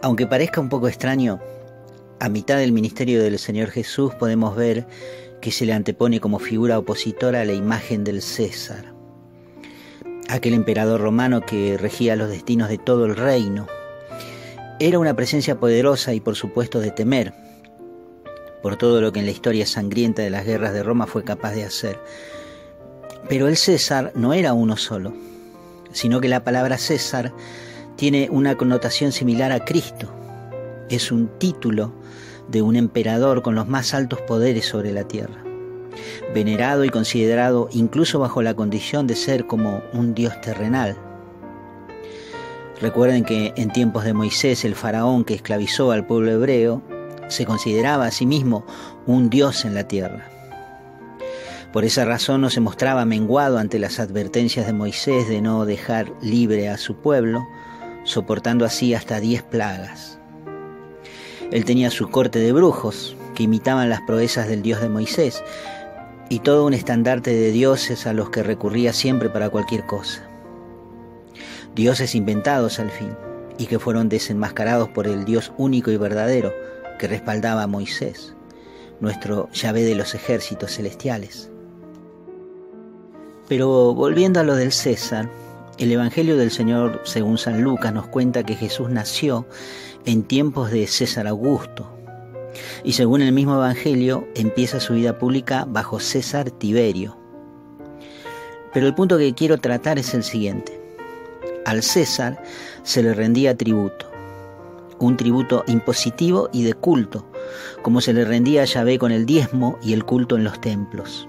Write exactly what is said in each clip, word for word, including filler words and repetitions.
Aunque parezca un poco extraño, a mitad del ministerio del Señor Jesús podemos ver que se le antepone como figura opositora a la imagen del César, aquel emperador romano que regía los destinos de todo el reino. Era una presencia poderosa y por supuesto de temer, por todo lo que en la historia sangrienta de las guerras de Roma fue capaz de hacer. Pero el César no era uno solo, sino que la palabra César tiene una connotación similar a Cristo. Es un título de un emperador con los más altos poderes sobre la tierra, venerado y considerado incluso bajo la condición de ser como un dios terrenal. Recuerden que en tiempos de Moisés, el faraón que esclavizó al pueblo hebreo se consideraba a sí mismo un dios en la tierra. Por esa razón no se mostraba menguado ante las advertencias de Moisés de no dejar libre a su pueblo, soportando así hasta diez plagas. Él tenía su corte de brujos que imitaban las proezas del Dios de Moisés y todo un estandarte de dioses a los que recurría siempre para cualquier cosa. Dioses inventados al fin y que fueron desenmascarados por el Dios único y verdadero que respaldaba a Moisés, nuestro Yahvé de los ejércitos celestiales. Pero volviendo a lo del César, el Evangelio del Señor según San Lucas nos cuenta que Jesús nació en tiempos de César Augusto y según el mismo Evangelio empieza su vida pública bajo César Tiberio. Pero el punto que quiero tratar es el siguiente. Al César se le rendía tributo, un tributo impositivo y de culto, como se le rendía a Yahvé con el diezmo y el culto en los templos.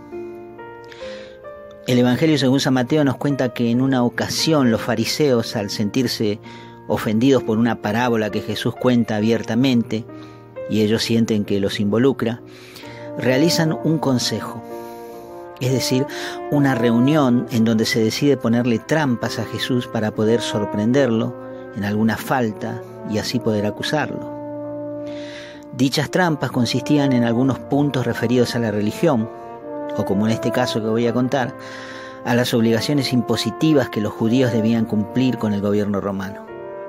El Evangelio según San Mateo nos cuenta que en una ocasión los fariseos, al sentirse ofendidos por una parábola que Jesús cuenta abiertamente, y ellos sienten que los involucra, realizan un consejo, es decir, una reunión en donde se decide ponerle trampas a Jesús para poder sorprenderlo en alguna falta y así poder acusarlo. Dichas trampas consistían en algunos puntos referidos a la religión, o como en este caso que voy a contar, a las obligaciones impositivas que los judíos debían cumplir con el gobierno romano.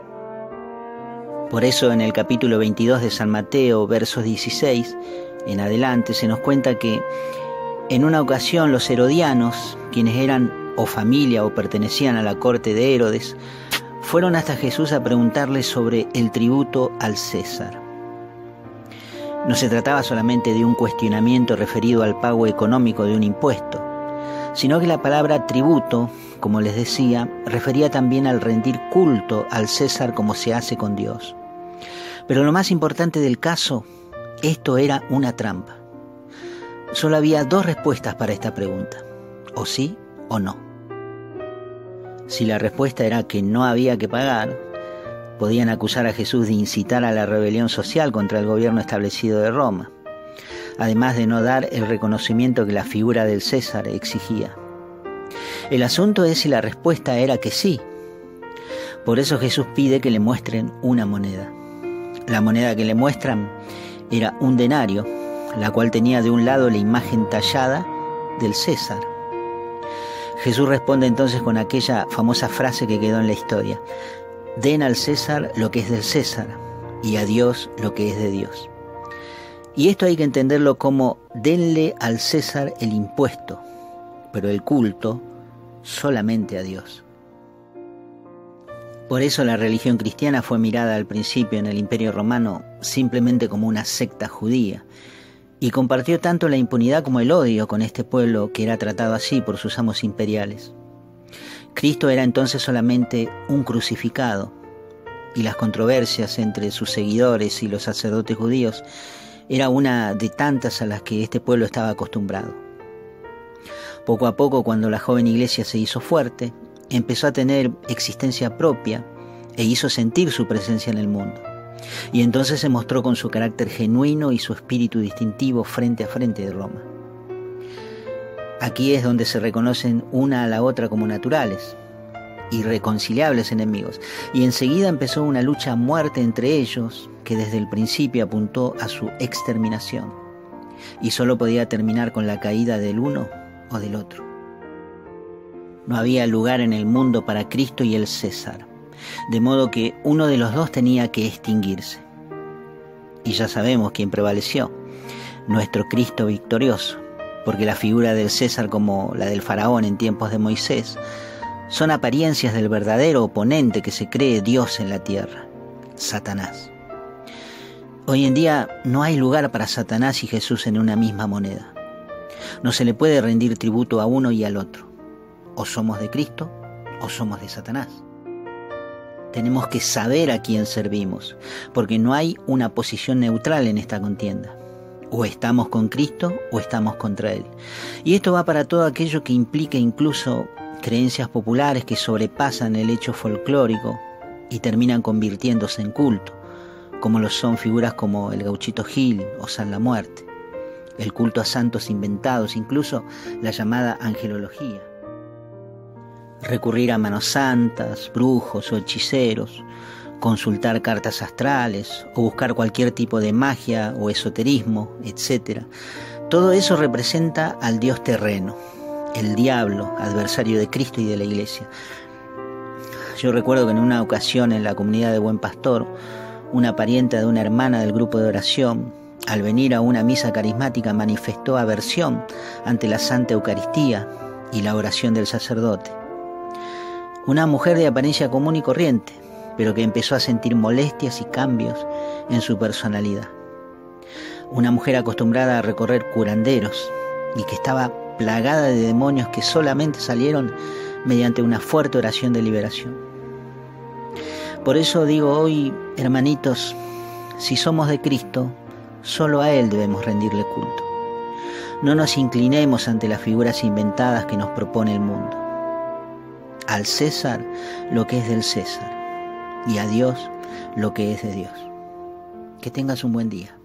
Por eso en el capítulo veintidós de San Mateo, versos dieciséis en adelante, se nos cuenta que en una ocasión los herodianos, quienes eran o familia o pertenecían a la corte de Herodes, fueron hasta Jesús a preguntarle sobre el tributo al César. No se trataba solamente de un cuestionamiento referido al pago económico de un impuesto, sino que la palabra tributo, como les decía, refería también al rendir culto al César como se hace con Dios. Pero lo más importante del caso, esto era una trampa. Solo había dos respuestas para esta pregunta, o sí o no. Si la respuesta era que no había que pagar, podían acusar a Jesús de incitar a la rebelión social contra el gobierno establecido de Roma, además de no dar el reconocimiento que la figura del César exigía. El asunto es si la respuesta era que sí. Por eso Jesús pide que le muestren una moneda. La moneda que le muestran era un denario, la cual tenía de un lado la imagen tallada del César. Jesús responde entonces con aquella famosa frase que quedó en la historia: den al César lo que es del César y a Dios lo que es de Dios. Y esto hay que entenderlo como denle al César el impuesto, pero el culto solamente a Dios. Por eso la religión cristiana fue mirada al principio en el Imperio Romano simplemente como una secta judía, y compartió tanto la impunidad como el odio con este pueblo que era tratado así por sus amos imperiales. Cristo era entonces solamente un crucificado, y las controversias entre sus seguidores y los sacerdotes judíos era una de tantas a las que este pueblo estaba acostumbrado. Poco a poco, cuando la joven iglesia se hizo fuerte, empezó a tener existencia propia e hizo sentir su presencia en el mundo. Y entonces se mostró con su carácter genuino y su espíritu distintivo frente a frente de Roma. Aquí es donde se reconocen una a la otra como naturales, irreconciliables enemigos, y enseguida empezó una lucha a muerte entre ellos que desde el principio apuntó a su exterminación, y solo podía terminar con la caída del uno o del otro. No había lugar en el mundo para Cristo y el César, de modo que uno de los dos tenía que extinguirse. Y ya sabemos quién prevaleció, nuestro Cristo victorioso, porque la figura del César como la del faraón en tiempos de Moisés son apariencias del verdadero oponente que se cree Dios en la tierra, Satanás. Hoy en día no hay lugar para Satanás y Jesús en una misma moneda. No se le puede rendir tributo a uno y al otro. O somos de Cristo o somos de Satanás. Tenemos que saber a quién servimos, porque no hay una posición neutral en esta contienda. O estamos con Cristo o estamos contra Él. Y esto va para todo aquello que implica incluso creencias populares que sobrepasan el hecho folclórico y terminan convirtiéndose en culto, como lo son figuras como el Gauchito Gil o San la Muerte, el culto a santos inventados, incluso la llamada angelología. Recurrir a manos santas, brujos o hechiceros, consultar cartas astrales o buscar cualquier tipo de magia o esoterismo, etcétera. Todo eso representa al Dios terreno, el diablo, adversario de Cristo y de la Iglesia. Yo recuerdo que en una ocasión en la comunidad de Buen Pastor, una parienta de una hermana del grupo de oración, al venir a una misa carismática, manifestó aversión ante la Santa Eucaristía y la oración del sacerdote. Una mujer de apariencia común y corriente, pero que empezó a sentir molestias y cambios en su personalidad. Una mujer acostumbrada a recorrer curanderos y que estaba plagada de demonios que solamente salieron mediante una fuerte oración de liberación. Por eso digo hoy, hermanitos, si somos de Cristo, solo a Él debemos rendirle culto. No nos inclinemos ante las figuras inventadas que nos propone el mundo. Al César lo que es del César y a Dios lo que es de Dios. Que tengas un buen día.